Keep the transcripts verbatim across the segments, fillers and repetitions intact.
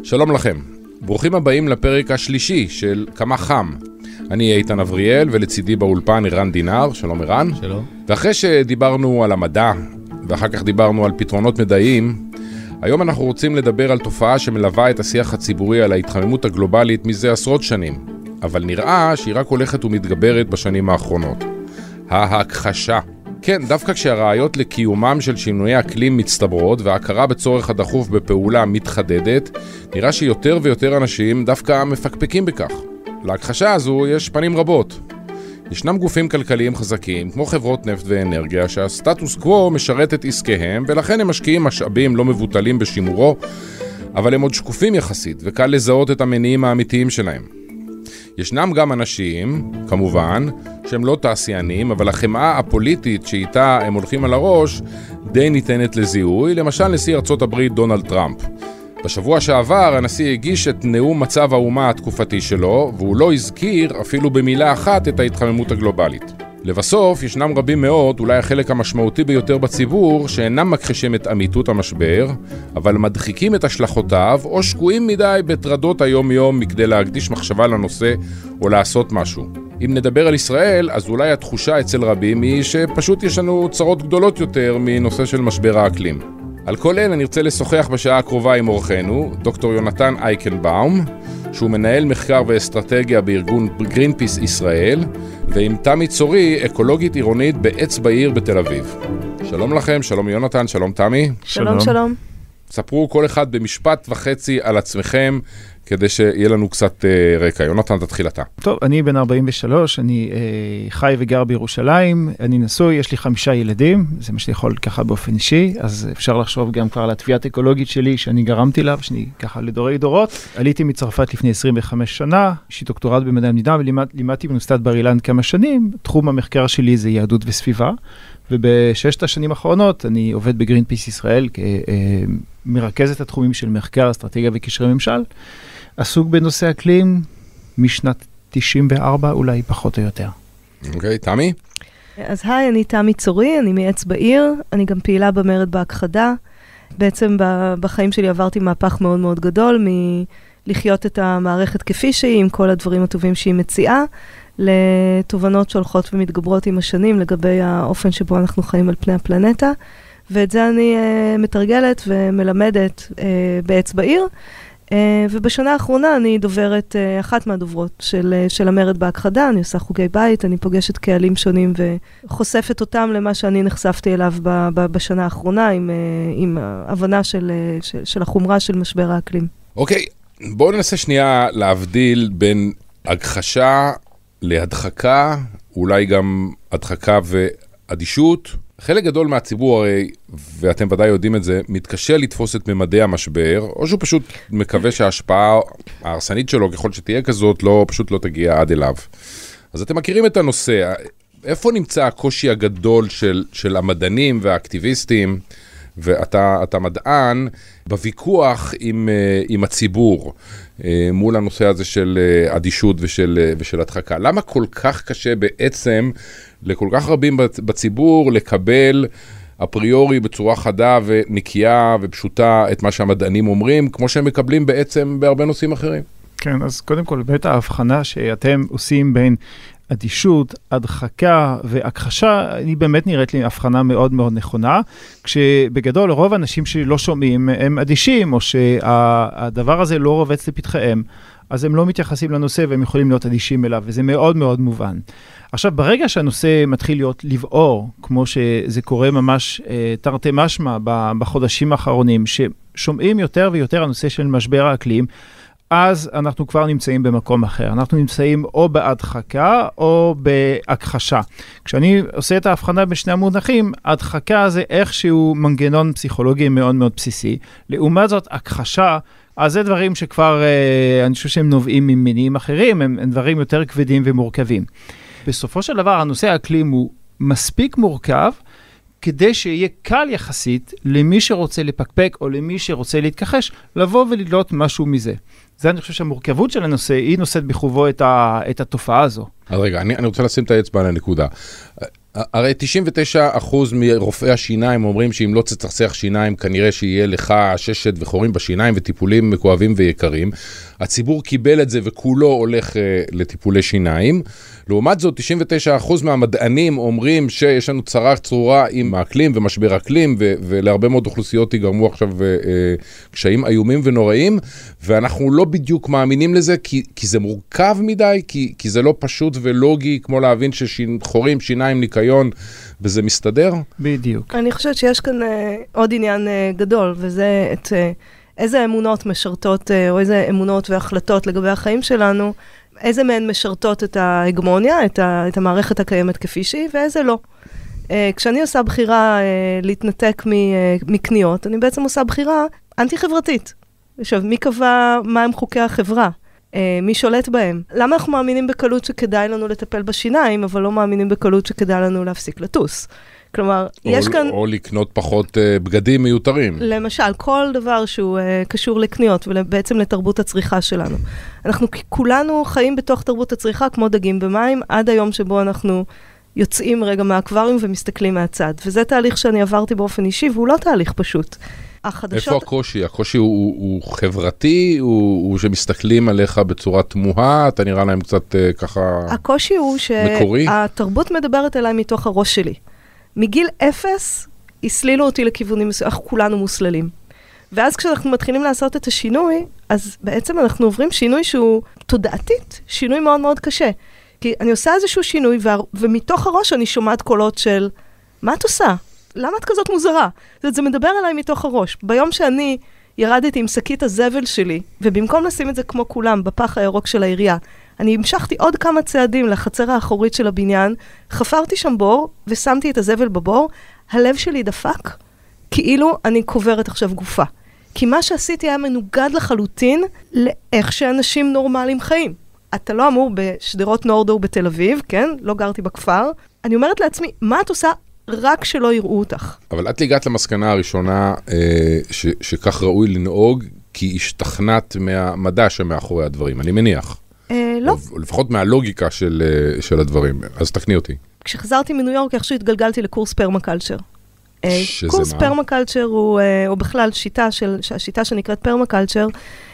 שלום לכם, ברוכים הבאים לפרק השלישי של כמה חם. אני איתן אבריאל ולצידי באולפן ערן דינר, שלום ערן. שלום. ואחרי שדיברנו על המדע ואחר כך דיברנו על פתרונות מדעיים, היום אנחנו רוצים לדבר על תופעה שמלווה את השיח הציבורי על ההתחממות הגלובלית מזה עשרות שנים, אבל נראה שהיא רק הולכת ומתגברת בשנים האחרונות. ההכחשה. כן, דווקא כשהראיות לקיומם של שינויי אקלים מצטברות וההכרה בצורך הדחוף בפעולה מתחדדת, נראה שיותר ויותר אנשים דווקא מפקפקים בכך. להכחשה הזו יש פנים רבות. ישנם גופים כלכליים חזקים, כמו חברות נפט ואנרגיה, שהסטטוס קוו משרת את עסקיהם, ולכן הם משקיעים משאבים לא מבוטלים בשימורו, אבל הם עוד שקופים יחסית, וקל לזהות את המניעים האמיתיים שלהם. ישנם גם אנשים, כמובן, שהם לא תעשיינים, אבל החמאה הפוליטית שאיתה הם הולכים על הראש, די ניתנת לזיהוי, למשל נשיא ארצות הברית דונלד טראמפ. בשבוע שעבר הנשיא הגיש את נאום מצב האומה התקופתי שלו, והוא לא הזכיר אפילו במילה אחת את ההתחממות הגלובלית. לבסוף, ישנם רבים מאוד, אולי החלק המשמעותי ביותר בציבור, שאינם מכחישים את אמיתות המשבר, אבל מדחיקים את השלכותיו, או שקועים מדי בטרדות היום-יום מכדי להקדיש מחשבה לנושא או לעשות משהו. אם נדבר על ישראל, אז אולי התחושה אצל רבים היא שפשוט יש לנו צרות גדולות יותר מנושא של משבר האקלים. על כל אלה נרצה לשוחח בשעה הקרובה עם אורחנו, דוקטור יונתן אייקנבאום, שהוא מנהל מחקר ואסטרטגיה בארגון גרינפיס ישראל, ועם תמי צורי, אקולוגית עירונית בעץ בעיר בתל אביב. שלום לכם, שלום יונתן, שלום תמי. שלום, שלום. ספרו כל אחד במשפט וחצי על עצמכם, כדי שיהיה לנו קצת אה, רקע. יונתן, תתחיל אתה. טוב, אני בן ארבעים ושלוש, אני אה, חי וגר בירושלים, אני נשוי, יש לי חמישה ילדים, זה מה שאני יכול ככה באופן אישי, אז אפשר לחשוב גם כבר על התביעת אקולוגית שלי, שאני גרמתי לה, שאני ככה לדורי דורות. עליתי מצרפת לפני עשרים וחמש שנה, יש לי דוקטורט במדעי המדינה, ולימדתי באוניברסיטת בר אילן כמה שנים, תחום המחקר שלי זה יהדות וסביבה, ובששת השנים האחרונות אני עובד בגרינפיס ישראל, כמרכז את התחומים של מחקר, אסטרטגיה וקשרי ממשל, עסוק בנושא אקלים משנת תשעים וארבע, אולי פחות או יותר. אוקיי, תמי? אז היי, אני תמי צורי, אני מעץ בעיר, אני גם פעילה במרד בהכחדה. בעצם בחיים שלי עברתי מהפך מאוד מאוד גדול, מלחיות את המערכת כפי שהיא, עם כל הדברים הטובים שהיא מציעה, לתובנות שהולכות ומתגברות עם השנים, לגבי האופן שבו אנחנו חיים על פני הפלנטה. ואת זה אני uh, מתרגלת ומלמדת uh, בעץ בעיר. Uh, ובשנה האחרונה אני דוברת, uh, אחת מהדוברות של, uh, של המרד בהכחדה, אני עושה חוגי בית, אני פוגשת קהלים שונים וחושפת אותם למה שאני נחשפתי אליו ב, ב, בשנה האחרונה, עם, uh, עם ההבנה של, uh, של, של החומרה של משבר האקלים. אוקיי, okay, בואו ננסה שנייה להבדיל בין הכחשה להדחקה, אולי גם הדחקה ואדישות. חלק גדול מהציבור הרי, ואתם ודאי יודעים את זה, מתקשה לתפוס את ממדי המשבר, או שהוא פשוט מקווה שההשפעה ההרסנית שלו, ככל שתהיה כזאת, לא, פשוט לא תגיע עד אליו. אז אתם מכירים את הנושא. איפה נמצא הקושי הגדול של, של המדענים והאקטיביסטים, ואתה אתה מדען, בוויכוח עם, עם הציבור, מול הנושא הזה של אדישות ושל, ושל הדחקה? למה כל כך קשה בעצם לכל כך רבים בציבור לקבל אפריורי בצורה חדה ונקייה ופשוטה את מה שהמדענים אומרים, כמו שהם מקבלים בעצם בהרבה נושאים אחרים? כן, אז קודם כל, באמת ההבחנה שאתם עושים בין אדישות, הדחקה והכחשה, היא באמת נראית לי הבחנה מאוד מאוד נכונה, כשבגדול רוב האנשים שלא שומעים הם אדישים, או שהדבר הזה לא רובץ לפתחיהם, אז הם לא מתייחסים לנושא והם יכולים להיות אדישים אליו, וזה מאוד מאוד מובן. עכשיו, ברגע שהנושא מתחיל להיות לבעור, כמו שזה קורה ממש תרתי משמע בחודשים האחרונים, ששומעים יותר ויותר הנושא של משבר האקלים, אז אנחנו כבר נמצאים במקום אחר. אנחנו נמצאים או בהדחקה או בהכחשה. כשאני עושה את ההבחנה בשני המונחים, הדחקה זה איכשהו מנגנון פסיכולוגי מאוד מאוד בסיסי. לעומת זאת, הכחשה, אז זה דברים שכבר, אני חושב שהם נובעים ממניעים אחרים, הם, הם דברים יותר כבדים ומורכבים. בסופו של דבר, הנושא האקלים הוא מספיק מורכב, כדי שיהיה קל יחסית למי שרוצה לפקפק או למי שרוצה להתכחש, לבוא ולדלות משהו מזה. זה אני חושב שהמורכבות של הנושא, היא נושאת בחובו את, ה, את התופעה הזו. אז רגע, אני, אני רוצה לשים את האצבע על הנקודה. הרי תשעים ותשעה אחוז מרופאי השיניים אומרים שאם לא תצחצח שיניים, כנראה שיהיה לך ששת וחורים בשיניים וטיפולים כואבים ויקרים. הציבור קיבל את זה וכולו הולך uh, לטיפולי שיניים. לעומת זאת, תשעים ותשעה אחוז מהמדענים אומרים שיש לנו צרה צרורה עם האקלים ומשבר אקלים, ו- ולהרבה מאוד אוכלוסיות יגרמו עכשיו uh, uh, קשיים איומים ונוראים, ואנחנו לא בדיוק מאמינים לזה, כי, כי זה מורכב מדי, כי, כי זה לא פשוט ולוגי, כמו להבין שחורים, שיניים, ניקיון, וזה מסתדר? בדיוק. אני חושבת שיש כאן uh, עוד עניין uh, גדול, וזה את... Uh, איזה אמונות משרתות, או איזה אמונות והחלטות לגבי החיים שלנו, איזה מהן משרתות את ההגמוניה, את, ה, את המערכת הקיימת כפי שהיא, ואיזה לא. כשאני עושה בחירה להתנתק מקניות, אני בעצם עושה בחירה אנטי-חברתית. עכשיו, מי קבע מהם חוקי החברה? מי שולט בהם? למה אנחנו מאמינים בקלות שכדאי לנו לטפל בשיניים, אבל לא מאמינים בקלות שכדאי לנו להפסיק לטוס? כלומר, או, יש כאן... או לקנות פחות uh, בגדים מיותרים. למשל, כל דבר שהוא uh, קשור לקניות, ובעצם לתרבות הצריכה שלנו. אנחנו כולנו חיים בתוך תרבות הצריכה, כמו דגים במים, עד היום שבו אנחנו יוצאים רגע מהאקווריום ומסתכלים מהצד. וזה תהליך שאני עברתי באופן אישי, והוא לא תהליך פשוט. החדשות... איפה הקושי? הקושי הוא, הוא, הוא חברתי, הוא, הוא שמסתכלים עליך בצורה תמוהה, אתה נראה להם קצת uh, ככה הקושי הוא שהתרבות מדברת אליי מתוך הראש שלי. מגיל אפס, הסלילו אותי לכיוונים מסוימים, אנחנו כולנו מוסללים. ואז כשאנחנו מתחילים לעשות את השינוי, אז בעצם אנחנו עוברים שינוי שהוא תודעתית, שינוי מאוד מאוד קשה. כי אני עושה איזשהו שינוי, ו- ומתוך הראש אני שומעת קולות של, מה את עושה? למה את כזאת מוזרה? זה, זה מדבר אליי מתוך הראש. ביום שאני ירדתי עם שקית הזבל שלי, ובמקום לשים את זה כמו כולם, בפח הירוק של העירייה, אני המשכתי עוד כמה צעדים לחצר האחורית של הבניין, חפרתי שם בור ושמתי את הזבל בבור, הלב שלי דפק, כאילו אני קוברת עכשיו גופה. כי מה שעשיתי היה מנוגד לחלוטין לאיך שאנשים נורמליים חיים. אתה לא אמור בשדרות נורדו בתל אביב, כן? לא גרתי בכפר. אני אומרת לעצמי, מה את עושה רק שלא יראו אותך? אבל את הגעת למסקנה הראשונה אה, ש- שכך ראוי לנהוג, כי השתכנעת מהמדע שמאחורי הדברים, אני מניח. אה, לא. או לפחות מהלוגיקה של, של הדברים. אז תקני אותי. כשחזרתי מניו יורק, איכשהו התגלגלתי לקורס פרמקלצ'ר. שזה קורס מה? פרמקלצ'ר הוא, הוא בכלל שיטה, של, השיטה שנקראת פרמקלצ'ר,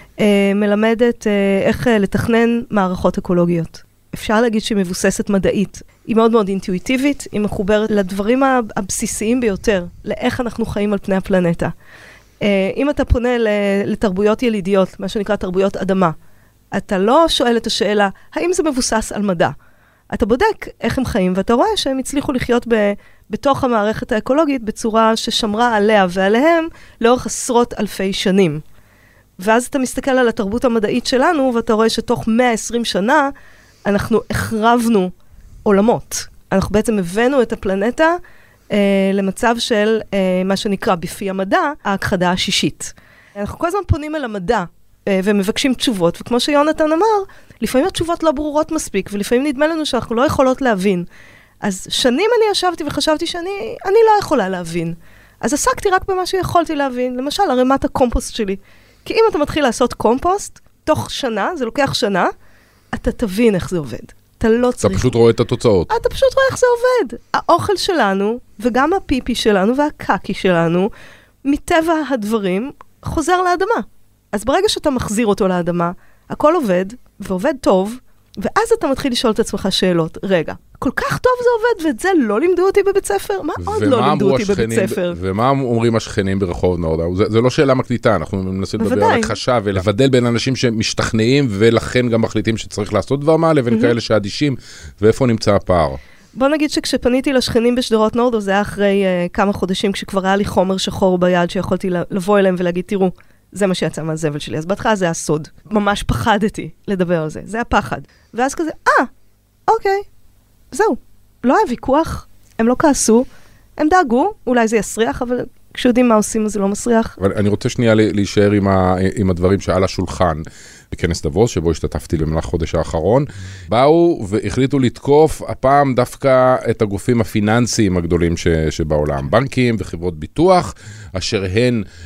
מלמדת איך לתכנן מערכות אקולוגיות. אפשר להגיד שהיא מבוססת מדעית. היא מאוד מאוד אינטואיטיבית, היא מחוברת לדברים הבסיסיים ביותר, לאיך אנחנו חיים על פני הפלנטה. אם אתה פונה לתרבויות ילידיות, מה שנקרא תרבויות אדמה, אתה לא שואל את השאלה, האם זה מבוסס על מדע? אתה בודק איך הם חיים, ואתה רואה שהם הצליחו לחיות ב, בתוך המערכת האקולוגית בצורה ששמרה עליה ועליהם לאורך עשרות אלפי שנים. ואז אתה מסתכל על התרבות המדעית שלנו, ואתה רואה שתוך מאה ועשרים שנה אנחנו החרבנו עולמות. אנחנו בעצם הבאנו את הפלנטה אה, למצב של אה, מה שנקרא בפי המדע, ההכחדה השישית. אנחנו כל הזמן פונים אל המדע, ומבקשים תשובות, וכמו שיונתן אמר, לפעמים התשובות לא ברורות מספיק, ולפעמים נדמה לנו שאנחנו לא יכולות להבין. אז שנים אני ישבתי וחשבתי שאני אני לא יכולה להבין. אז עסקתי רק במה שיכולתי להבין, למשל, הרמת הקומפוסט שלי. כי אם אתה מתחיל לעשות קומפוסט, תוך שנה, זה לוקח שנה, אתה תבין איך זה עובד. אתה לא צריך... אתה פשוט רואה את התוצאות. אתה פשוט רואה איך זה עובד. האוכל שלנו, וגם הפיפי שלנו, והקקי שלנו, מטבע הדברים, חוזר לאדמה. אז ברגע שאתה מחזיר אותו לאדמה, הכל עובד, ועובד טוב, ואז אתה מתחיל לשאול את עצמך שאלות. רגע, כל כך טוב זה עובד, ואת זה לא לימדו אותי בבית ספר? מה עוד לא לימדו אותי בבית ספר? ומה אומרים השכנים ברחוב נורדאו? זה, זה לא שאלה מקליטה, אנחנו מנסים לדבר על הכחשה, ולבדל בין אנשים שמשתכנעים, ולכן גם מחליטים שצריך לעשות דבר מה, לבין mm-hmm. כאלה שאדישים, ואיפה נמצא הפער? בוא נגיד שכשפניתי לשכנים בשדרות נורדאו, זה היה אחרי uh, כמה חודשים, כשכבר היה לי חומר שחור ביד, שיכולתי לבוא אליהם ולהגיד, תראו, זה מה שיצא מהזבל שלי. אז בהתחלה זה היה סוד. ממש פחדתי לדבר על זה. זה הפחד. ואז כזה, אה, אוקיי, זהו. לא היה ויכוח, הם לא כעסו, הם דאגו, אולי זה יסריח, אבל כשיודעים מה עושים, אז זה לא מסריח. אבל אני רוצה שנייה להישאר עם, ה, עם הדברים שעל השולחן. בכנס דבוס, שבו השתתפתי במהלך חודש האחרון, באו והחליטו לתקוף הפעם דווקא את הגופים הפיננסיים הגדולים ש, שבעולם. בנקים וחברות ביטוח, אשר הן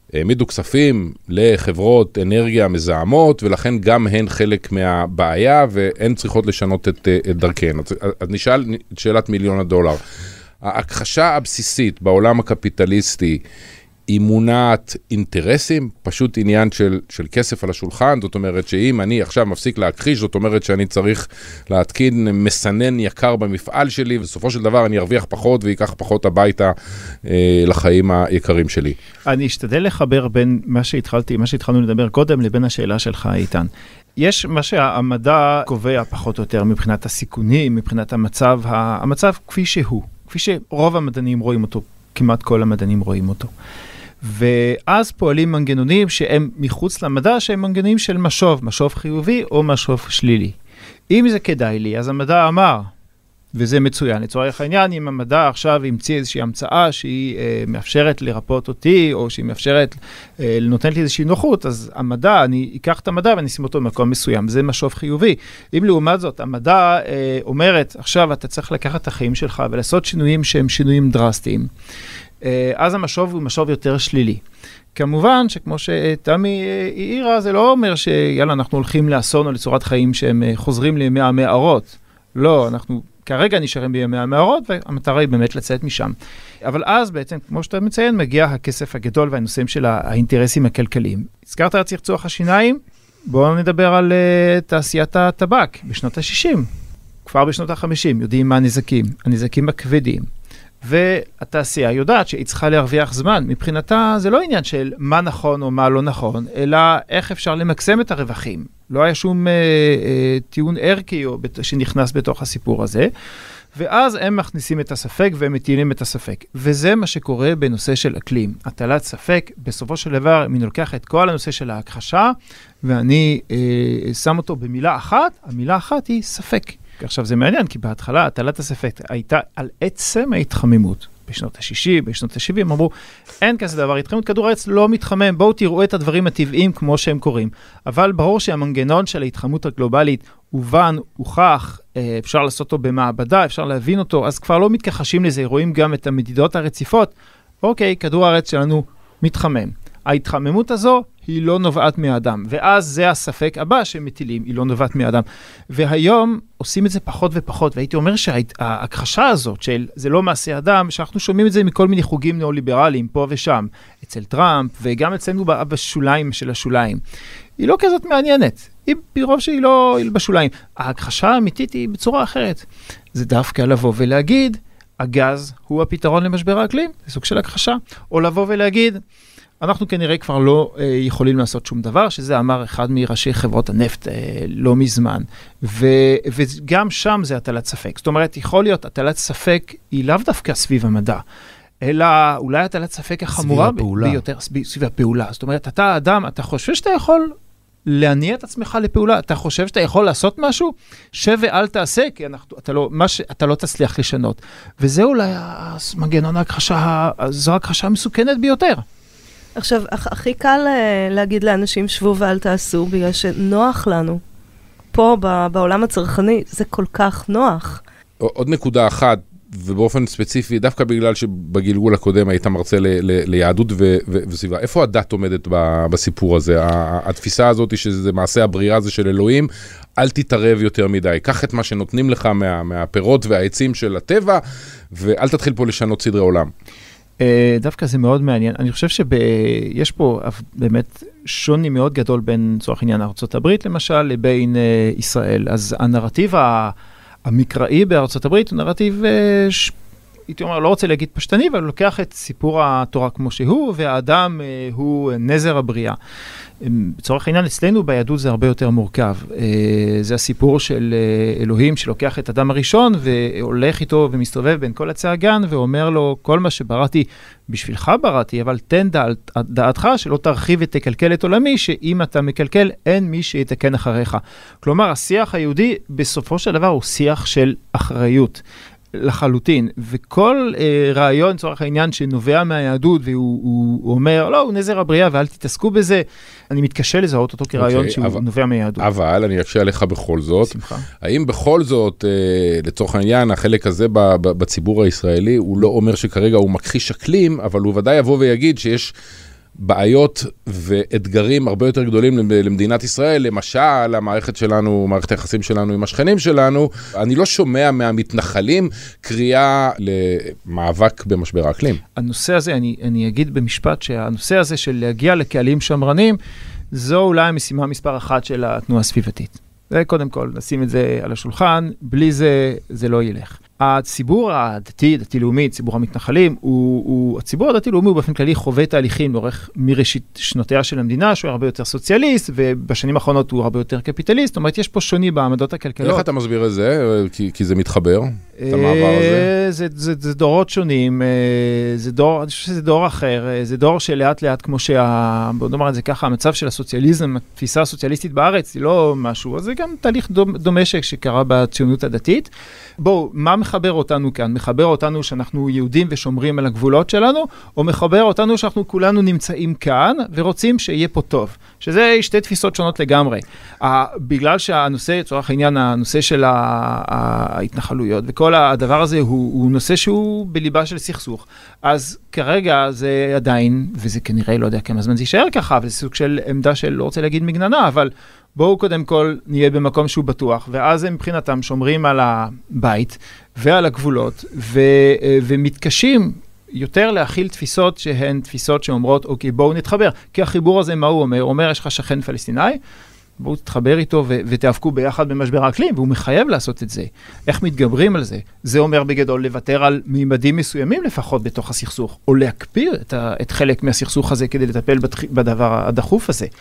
העמידו כספים לחברות אנרגיה מזהמות, ולכן גם הן חלק מהבעיה, והן צריכות לשנות את, את דרכן. אז, אז נשאל את שאלת מיליון הדולר. ההכחשה הבסיסית בעולם הקפיטליסטי, היא מונעת אינטרסים, פשוט עניין של, של כסף על השולחן, זאת אומרת שאם אני עכשיו מפסיק להכחיש, זאת אומרת שאני צריך להתקין מסנן יקר במפעל שלי, ובסופו של דבר אני ארוויח פחות ויקח פחות הביתה אה, לחיים היקרים שלי. אני אשתדל לחבר בין מה שהתחלתי, מה שהתחלנו לדבר קודם, לבין השאלה שלך, איתן. יש מה שהמדע קובע פחות או יותר מבחינת הסיכונים, מבחינת המצב, המצב כפי שהוא, כפי שרוב המדענים רואים אותו, כמעט כל המדענים רואים אותו. ואז פועלים מנגנונים שהם מחוץ למדע, שהם מנגנונים של משוב, משוב חיובי או משוב שלילי. אם זה כדאי לי, אז המדע אמר, וזה מצוין, לצורך העניין, אם המדע עכשיו ימציא איזושהי המצאה שהיא אה, מאפשרת לרפות אותי, או שהיא מאפשרת, אה, לנותנת לי איזושהי נוחות, אז המדע, אני אקח את המדע ואני אשים אותו במקום מסוים, זה משוב חיובי. אם לעומת זאת, המדע אה, אומרת, עכשיו אתה צריך לקחת את החיים שלך ולעשות שינויים שהם שינויים דרסטיים, אז המשוב הוא משוב יותר שלילי. כמובן שכמו שתמי העירה, זה לא אומר שיאללה, אנחנו הולכים לאסון או לצורת חיים שהם חוזרים לימי המארות. לא, אנחנו כרגע נשארים בימי המארות, והמטרה היא באמת לצאת משם. אבל אז בעצם, כמו שאתה מציין, מגיע הכסף הגדול והנושאים של האינטרסים הכלכליים. הזכרת על צחצוח השיניים, בואו נדבר על uh, תעשיית הטבק בשנות ה-שישים. כבר בשנות ה-חמישים, יודעים מה הנזקים, הנזקים הכבדים. והתעשייה יודעת שהיא צריכה להרוויח זמן. מבחינתה זה לא עניין של מה נכון או מה לא נכון, אלא איך אפשר למקסם את הרווחים. לא היה שום אה, אה, טיעון ערכי או בת, שנכנס בתוך הסיפור הזה, ואז הם מכניסים את הספק והם מטילים את הספק. וזה מה שקורה בנושא של אקלים. הטלת ספק, בסופו של דבר, אני לוקח את כל הנושא של ההכחשה, ואני אה, שם אותו במילה אחת, המילה אחת היא ספק. עכשיו זה מעניין, כי בהתחלה הטלת הספק הייתה על עצם ההתחממות. בשנות ה-שישים, בשנות ה-שבעים, אמרו, אין כזה דבר, התחממות כדור הארץ לא מתחמם, בואו תראו את הדברים הטבעיים כמו שהם קורים. אבל ברור שהמנגנון של ההתחממות הגלובלית הובן, הוכח, אפשר לעשות אותו במעבדה, אפשר להבין אותו, אז כבר לא מתכחשים לזה, רואים גם את המדידות הרציפות. אוקיי, כדור הארץ שלנו מתחמם. ההתחממות הזו היא לא נובעת מהאדם, ואז זה הספק הבא שמטילים, היא לא נובעת מהאדם. והיום עושים את זה פחות ופחות, והייתי אומר שההכחשה הזאת של זה לא מעשה אדם, שאנחנו שומעים את זה מכל מיני חוגים ניאו-ליברליים, פה ושם, אצל טראמפ, וגם אצלנו בשוליים של השוליים. היא לא כזאת מעניינת, היא ברוב שהיא לא היא בשוליים. ההכחשה האמיתית היא בצורה אחרת. זה דווקא לבוא ולהגיד, הגז הוא הפתרון למשבר האקלים, זה סוג של הכחשה, או לבוא ולהגיד, אנחנו כנראה כבר לא אה, יכולים לעשות שום דבר, שזה אמר אחד מראשי חברות הנפט אה, לא מזמן. ו, וגם שם זה הטלת ספק. זאת אומרת, יכול להיות הטלת ספק היא לאו דווקא סביב המדע, אלא אולי הטלת ספק החמורה ב- ביותר, סביב, סביב הפעולה. זאת אומרת, אתה אדם, אתה חושב שאתה יכול להניע את עצמך לפעולה, אתה חושב שאתה יכול לעשות משהו, שב ואל תעשה, כי אנחנו, אתה, לא, מה ש, אתה לא תצליח לשנות. וזה אולי המנגנון ההכחשה, זו ההכחשה המסוכנת ביותר. עכשיו, הכי קל להגיד לאנשים שבו ואל תעשו, בגלל שנוח לנו. פה, בעולם הצרכני, זה כל כך נוח. עוד נקודה אחת, ובאופן ספציפי, דווקא בגלל שבגלגול הקודם היית מרצה ל- ל- ליהדות ו- ו- וסביבה. איפה הדת עומדת ב- בסיפור הזה? התפיסה הזאת שזה מעשה הבריאה הזה של אלוהים, אל תתערב יותר מדי. קח את מה שנותנים לך מה- מהפירות והעצים של הטבע, ואל תתחיל פה לשנות סדרי עולם. דווקא זה מאוד מעניין. אני חושב שיש פה באמת שוני מאוד גדול בין צורך עניין ארצות הברית, למשל, לבין ישראל. אז הנרטיב המקראי בארצות הברית הוא נרטיב, הייתי אומר, לא רוצה להגיד פשטני, אבל לוקח את סיפור התורה כמו שהוא, והאדם הוא נזר הבריאה. בצורך העניין, אצלנו ביהדות זה הרבה יותר מורכב. זה הסיפור של אלוהים שלוקח את אדם הראשון והולך איתו ומסתובב בין כל עצי הגן ואומר לו, כל מה שבראתי בשבילך בראתי, אבל תן דעת, דעתך שלא תרחיב ותקלקל את עולמי, שאם אתה מקלקל אין מי שיתקן אחריך. כלומר, השיח היהודי בסופו של דבר הוא שיח של אחריות. לחלוטין, וכל אה, רעיון צורך העניין שנובע מהיהדות, והוא הוא, הוא אומר, לא, הוא נזר הבריאה, ואל תתעסקו בזה, אני מתקשה לזהות אותו כרעיון okay, שהוא אבל, נובע מהיהדות. אבל אני אקשה עליך בכל זאת, שמחה. האם בכל זאת, אה, לצורך העניין, החלק הזה ב, ב, בציבור הישראלי, הוא לא אומר שכרגע הוא מכחיש אקלים, אבל הוא ודאי יבוא ויגיד שיש בעיות ואתגרים הרבה יותר גדולים למדינת ישראל, למשל, המערכת שלנו, מערכת היחסים שלנו עם השכנים שלנו, אני לא שומע מהמתנחלים קריאה למאבק במשבר האקלים. הנושא הזה, אני, אני אגיד במשפט שהנושא הזה של להגיע לקהלים שמרנים, זו אולי המשימה מספר אחת של התנועה הסביבתית. זה קודם כל, נשים את זה על השולחן, בלי זה, זה לא ילך. הציבור הדתי, דתי-לאומי, ציבור המתנחלים, הוא, הוא, הציבור הדתי-לאומי הוא באופן כללי חווה תהליכים לאורך מראשית שנותיה של המדינה, שהוא הרבה יותר סוציאליסט, ובשנים האחרונות הוא הרבה יותר קפיטליסט, זאת אומרת, יש פה שוני בעמדות הכלכליות. איך אתה מסביר את זה? כי, כי זה מתחבר, את המעבר הזה? זה, זה, זה דורות שונים, זה דור, אני חושב שזה דור אחר, זה דור שלאט לאט, כמו שה, בוא נאמר את זה ככה, המצב של הסוציאליזם, התפיסה הסוציאליסטית בארץ, היא לא משהו, זה גם תהליך דומה שקרה בציונות הדתית. בואו, מה מחבר אותנו כאן? מחבר אותנו שאנחנו יהודים ושומרים על הגבולות שלנו, או מחבר אותנו שאנחנו כולנו נמצאים כאן ורוצים שיהיה פה טוב? שזה שתי תפיסות שונות לגמרי. בגלל שהנושא, לצורך העניין, הנושא של ההתנחלויות, וכל הדבר הזה הוא, הוא נושא שהוא בליבה של סכסוך. אז כרגע זה עדיין, וזה כנראה לא יודע כמה זמן זה יישאר ככה, אבל זה סוג של עמדה של, לא רוצה להגיד מגננה, אבל בואו קודם כל נהיה במקום שהוא בטוח, ואז הם מבחינתם שומרים על הבית ועל הגבולות, ו, ומתקשים יותר להכיל תפיסות שהן תפיסות שאומרות, אוקיי, בואו נתחבר. כי החיבור הזה, מה הוא אומר? הוא אומר, יש לך שכן פלסטיני, בואו תתחבר איתו ו- ותאבקו ביחד במשבר האקלים, והוא מחייב לעשות את זה. איך מתגברים על זה? זה אומר בגדול לוותר על מימדים מסוימים לפחות בתוך הסכסוך, או להקפיא את, ה- את חלק מהסכסוך הזה כדי לטפל בתח- בדבר הדחוף הזה.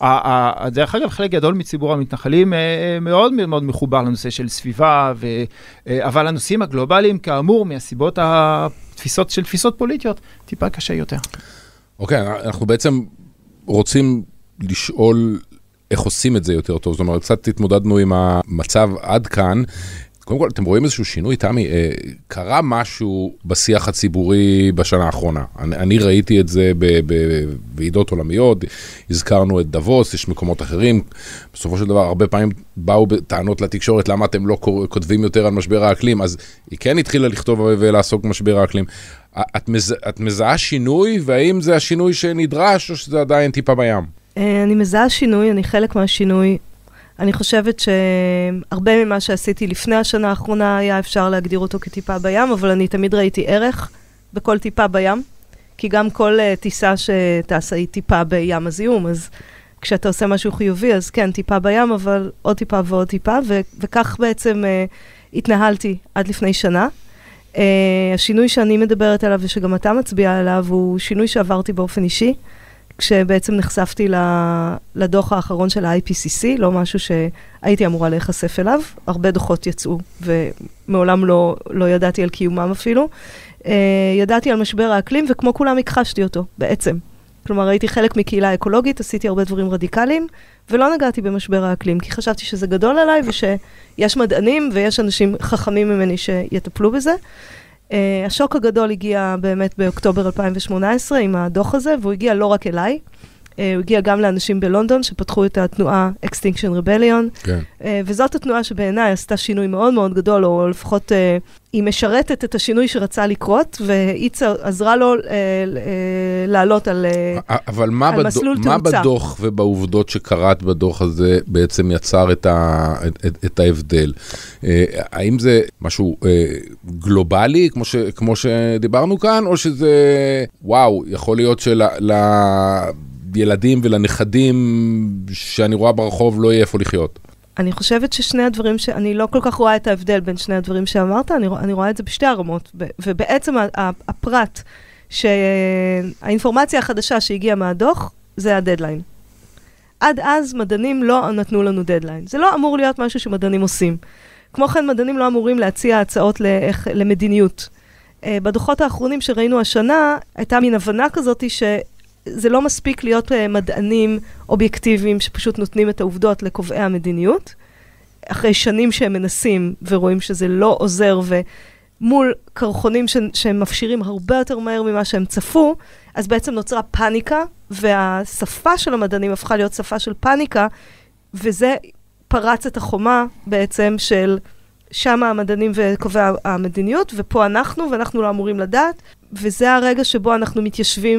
דרך אגב, חלק גדול מציבור המתנחלים מאוד מאוד מחובר לנושא של סביבה, ו- אבל הנושאים הגלובליים, כאמור, מהסיבות התפיסות של תפיסות פוליטיות, טיפה קשה יותר. אוקיי, אנחנו בעצם רוצים לשאול איך עושים את זה יותר טוב. זאת אומרת, קצת התמודדנו עם המצב עד כאן. קודם כל, אתם רואים איזשהו שינוי, תמי, קרה משהו בשיח הציבורי בשנה האחרונה. אני, אני ראיתי את זה בוועידות עולמיות, הזכרנו את דבוס, יש מקומות אחרים. בסופו של דבר, הרבה פעמים באו טענות לתקשורת, למה אתם לא כותבים יותר על משבר האקלים, אז היא כן התחילה לכתוב ולעסוק במשבר האקלים. את, מז, את מזהה שינוי, והאם זה השינוי שנדרש, או שזה עדיין טיפה בים? אני מזהה שינוי, אני חלק מהשינוי. אני חושבת שהרבה ממה שעשיתי לפני השנה האחרונה היה אפשר להגדיר אותו כטיפה בים, אבל אני תמיד ראיתי ערך בכל טיפה בים, כי גם כל uh, טיסה שטסה היא טיפה בים הזיהום, אז כשאתה עושה משהו חיובי, אז כן, טיפה בים, אבל עוד טיפה ועוד טיפה, ו- וכך בעצם uh, התנהלתי עד לפני שנה. Uh, השינוי שאני מדברת עליו ושגם אתה מצביע עליו, הוא שינוי שעברתי באופן אישי, כשבעצם נחשפתי לדוח האחרון של ה-איי פי סי סי, לא משהו שהייתי אמורה להיחשף אליו, הרבה דוחות יצאו, ומעולם לא, לא ידעתי על קיומם אפילו. ידעתי על משבר האקלים, וכמו כולם הכחשתי אותו, בעצם. כלומר, הייתי חלק מקהילה אקולוגית, עשיתי הרבה דברים רדיקליים, ולא נגעתי במשבר האקלים, כי חשבתי שזה גדול עליי, ושיש מדענים ויש אנשים חכמים ממני שיטפלו בזה. Uh, השוק הגדול הגיע באמת באוקטובר אלפיים שמונה עשרה עם הדוח הזה, והוא הגיע לא רק אליי, uh, הוא הגיע גם לאנשים בלונדון שפתחו את התנועה Extinction Rebellion, כן. uh, וזאת התנועה שבעיניי עשתה שינוי מאוד מאוד גדול, או לפחות uh, היא משרתת את השינוי שרצה לקרות, והיא עזרה לו uh, uh, לעלות על, uh, אבל מה על בדוח, מסלול תאוצה. מה בדוח ובעובדות שקראת בדוח הזה בעצם יצר את, ה, את, את, את ההבדל? Uh, האם זה משהו uh, גלובלי, כמו, ש, כמו שדיברנו כאן, או שזה, וואו, יכול להיות של... ילדים ולנכדים שאני רואה ברחוב לא יהיה איפה לחיות. אני חושבת ששני הדברים, ש... אני לא כל כך רואה את ההבדל בין שני הדברים שאמרת, אני, אני רואה את זה בשתי הרמות, ובעצם הפרט, שהאינפורמציה החדשה שהגיעה מהדוח, זה הדדליין. עד אז מדענים לא נתנו לנו דדליין. זה לא אמור להיות משהו שמדענים עושים. כמו כן, מדענים לא אמורים להציע הצעות לאיך, למדיניות. בדוחות האחרונים שראינו השנה, הייתה מין הבנה כזאת ש... זה לא מספיק להיות מדענים אובייקטיביים שפשוט נותנים את העובדות לקובעי המדיניות, אחרי שנים שהם מנסים ורואים שזה לא עוזר, ומול קרחונים ש- שהם מפשירים הרבה יותר מהר ממה שהם צפו, אז בעצם נוצרה פאניקה, והשפה של המדענים הפכה להיות שפה של פאניקה, וזה פרץ את החומה בעצם של שם המדענים וקובעי המדיניות, ופה אנחנו, ואנחנו לא אמורים לדעת, וזה הרגע שבו אנחנו מתיישבים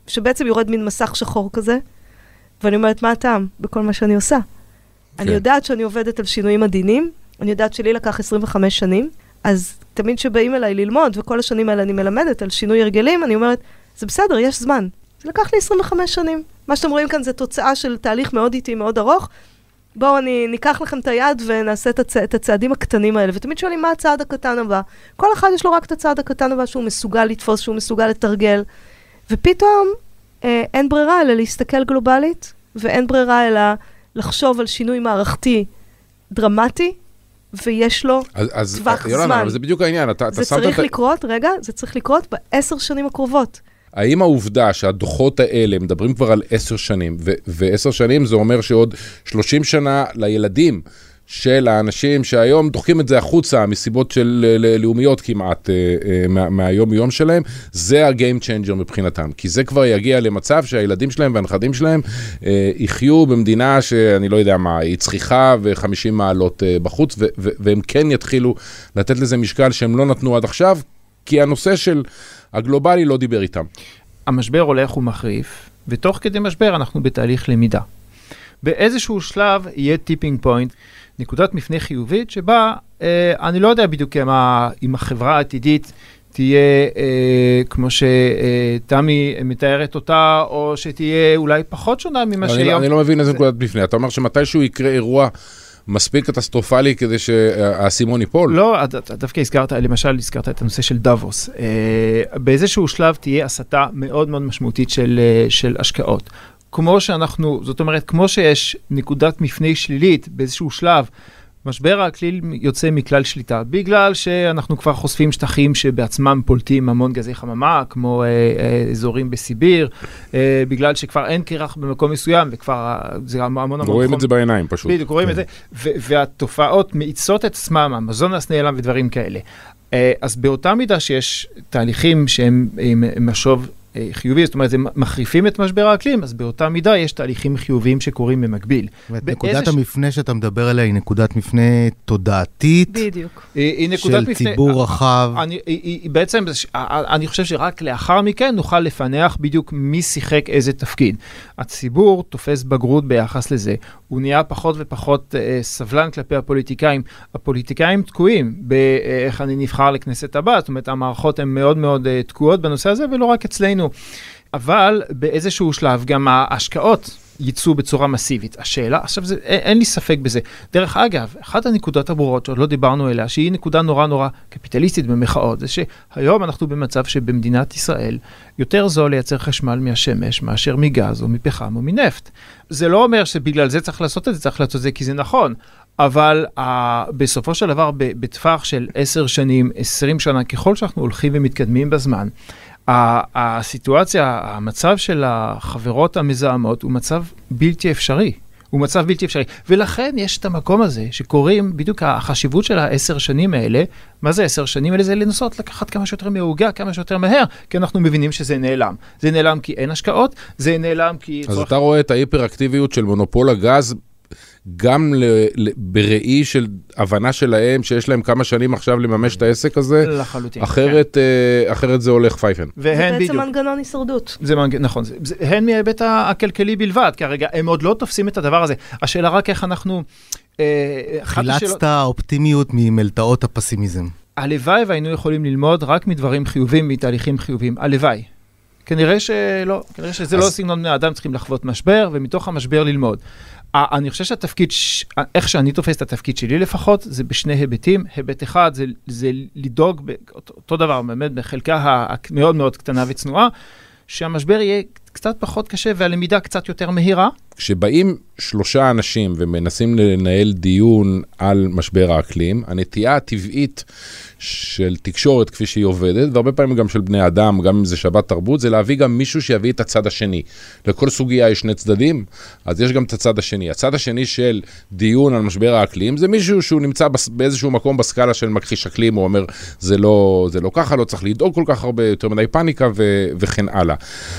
שבעצם יורד מין מסך שחור כזה, ואני אומרת, מה הטעם בכל מה שאני עושה? כן. אני יודעת שאני עובדת על שינויים עדינים, אני יודעת שלי לקח עשרים וחמש שנים, אז תמיד שבאים אליי ללמוד, וכל השנים האלה אני מלמדת על שינוי הרגלים, אני אומרת, זה בסדר, יש זמן. זה לקח לי עשרים וחמש שנים. מה שאתם רואים כאן זה תוצאה של תהליך מאוד איטי, מאוד ארוך. בואו אני ניקח לכם את היד ונעשה את, הצ... את הצעדים הקטנים האלה, ותמיד שואלים מה הצעד הקטן הבא. כל אחד יש לו רק את הצעד הקטן הבא שהוא מסוגל לתפוס, שהוא מסוגל לתרגל, ופתאום אה, אין ברירה אלא להסתכל גלובלית, ואין ברירה אלא לחשוב על שינוי מערכתי דרמטי, ויש לו אז, טווח אז, יולנה, זמן. אבל זה בדיוק העניין. אתה, זה אתה צריך את... לקרות, רגע, זה צריך לקרות בעשר שנים הקרובות. האם העובדה שהדוחות האלה מדברים כבר על עשר שנים, ו- ועשר שנים זה אומר שעוד שלושים שנה לילדים של האנשים שהיום דוחקים את זה החוצה מסיבות של לאומיות כמעט מה, מהיום יום שלהם, זה הגיים צ'יינג'ר מבחינתם, כי זה כבר יגיע למצב שהילדים שלהם והנכדים שלהם אה, יחיו במדינה שאני לא יודע מה, היא צריכה ו-חמישים מעלות אה, בחוץ, ו- ו- והם כן יתחילו לתת לזה משקל שהם לא נתנו עד עכשיו, כי הנושא של הגלובלי לא דיבר איתם. המשבר הולך ומחריף, ותוך כדי משבר אנחנו בתהליך למידה. באיזשהו שלב יהיה טיפינג פוינט, נקודת מפנה חיובית, שבה אה, אני לא יודע בדיוק מה, אם החברה העתידית תהיה אה, כמו שתמי מתארת אותה, או שתהיה אולי פחות שונה ממה שהיום. אני, אני לא מבין איזה נקודת מפנה. אתה אומר שמתישהו יקרה אירוע מספיק קטסטרופלי כדי שהסימון ייפול? לא, דווקא הזכרת, למשל הזכרת את הנושא של דאבוס. באיזשהו שלב תהיה הסתה מאוד מאוד משמעותית של, של השקעות. כמו שאנחנו, זאת אומרת, כמו שיש נקודת מפנה שלילית באיזשהו שלב, משבר האקלים יוצא מכלל שליטה, בגלל שאנחנו כבר חושפים שטחים שבעצמם פולטים המון גזי חממה, כמו אה, אה, אזורים בסיביר, אה, בגלל שכבר אין קרח במקום מסוים, וכבר זה המון המון חום. רואים את זה בעיניים פשוט. בדיוק, רואים את זה, והתופעות מאיצות את עצמם, המזונס נעלם ודברים כאלה. אה, אז באותה מידה שיש תהליכים שהם משוב חיובי, זאת אומרת, הם מחריפים את משבר האקלים, אז באותה מידה יש תהליכים חיוביים שקורים במקביל. נקודת המפנה שאתה מדבר עליה היא נקודת מפנה תודעתית, בדיוק. של ציבור רחב. בעצם, אני חושב שרק לאחר מכן נוכל לפנח בדיוק מי שיחק איזה תפקיד. הציבור תופס בגרות ביחס לזה, הוא נהיה פחות ופחות סבלן כלפי הפוליטיקאים. הפוליטיקאים תקועים באיך אני נבחר לכנסת הבאה, זאת אומרת, המערכות הן מאוד מאוד תקועות בנושא הזה, ולא רק אצלנו. אבל באיזשהו שלב גם ההשקעות ייצאו בצורה מסיבית. השאלה, עכשיו זה, אין, אין לי ספק בזה. דרך אגב, אחת הנקודות הברורות שעוד לא דיברנו אליה, שהיא נקודה נורא נורא קפיטליסטית במחאות, זה שהיום אנחנו במצב שבמדינת ישראל יותר זול לייצר חשמל מהשמש מאשר מגז או מפחם או מנפט. זה לא אומר שבגלל זה צריך לעשות את זה, צריך לעשות את זה כי זה נכון. אבל uh, בסופו של דבר, בטווח של עשר שנים, עשרים שנה, ככל שאנחנו הולכים ומתקדמים בזמן, הסיטואציה, המצב של החברות המזהמות הוא מצב בלתי אפשרי. הוא מצב בלתי אפשרי. ולכן יש את המקום הזה שקוראים בדיוק החשיבות של העשר שנים האלה. מה זה עשר שנים האלה? זה לנסות לקחת כמה שיותר מהוגה, כמה שיותר מהר, כי אנחנו מבינים שזה נעלם. זה נעלם כי אין השקעות, זה נעלם כי... אז צורך... אתה רואה את ההיפראקטיביות של מונופול הגז, גם ל, ל, בראי של הבנה שלהם, שיש להם כמה שנים עכשיו לממש את העסק הזה, לחלוטין, אחרת, כן. אה, אחרת זה הולך פייפן. זה בעצם בדיוק. מנגנון הישרדות. זה מנג... נכון, זה, זה, הן מההיבט הכלכלי בלבד, כי הרגע הם עוד לא תופסים את הדבר הזה. השאלה רק איך אנחנו... אה, חילצת האופטימיות ממלטאות הפסימיזם. הלוואי והיינו יכולים ללמוד רק מדברים חיובים, מתהליכים חיובים. הלוואי. כנראה שלא, כנראה שזה אז... לא סגנון בני האדם, צריכים לחוות משבר, ומתוך המשבר ללמוד. אני חושב שהתפקיד, איך שאני תופס את התפקיד שלי לפחות, זה בשני היבטים. היבט אחד זה, זה לדאוג, אותו דבר, באמת, בחלקה המאוד מאוד קטנה וצנועה, שהמשבר יהיה קצת פחות קשה והלמידה קצת יותר מהירה. כשבאים שלושה אנשים ומנסים לנהל דיון על משבר האקלים, הנטייה הטבעית של תקשורת כפי שהיא עובדת, והרבה פעמים גם של בני אדם, גם אם זה שבת תרבות, זה להביא גם מישהו שיביא את הצד השני. לכל סוגיה יש שני צדדים, אז יש גם את הצד השני. הצד השני של דיון על משבר האקלים, זה מישהו שהוא נמצא באיזשהו מקום בסקאלה של מכחיש אקלים, הוא אומר, זה לא, זה לא ככה, לא צריך לדאוג כל כך הרבה, יותר מדי פאניקה ו- וכן הלאה.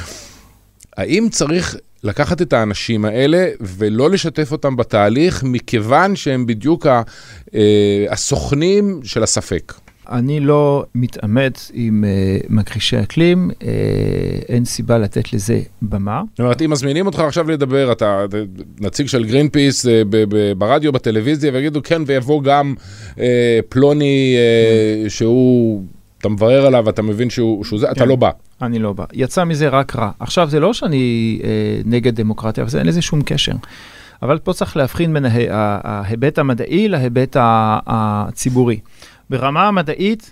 האם צריך לקחת את האנשים האלה ולא לשתף אותם בתהליך, מכיוון שהם בדיוק הסוכנים של הספק? אני לא מתאמץ עם uh, מכחישי אקלים, uh, אין סיבה לתת לזה במה. זאת אומרת, אם מזמינים אותך עכשיו לדבר, אתה נציג של גרינפיס uh, ב- ב- ברדיו, בטלוויזיה, ויגידו כן, ויבוא גם uh, פלוני uh, שהוא, אתה מברר עליו, ואתה מבין שהוא, שהוא זה, כן. אתה לא בא. אני לא בא. יצא מזה רק רע. עכשיו, זה לא שאני uh, נגד דמוקרטיה, אבל זה אין לזה שום קשר. אבל פה צריך להבחין בין ההיבט המדעי להיבט הציבורי. ברמה המדעית,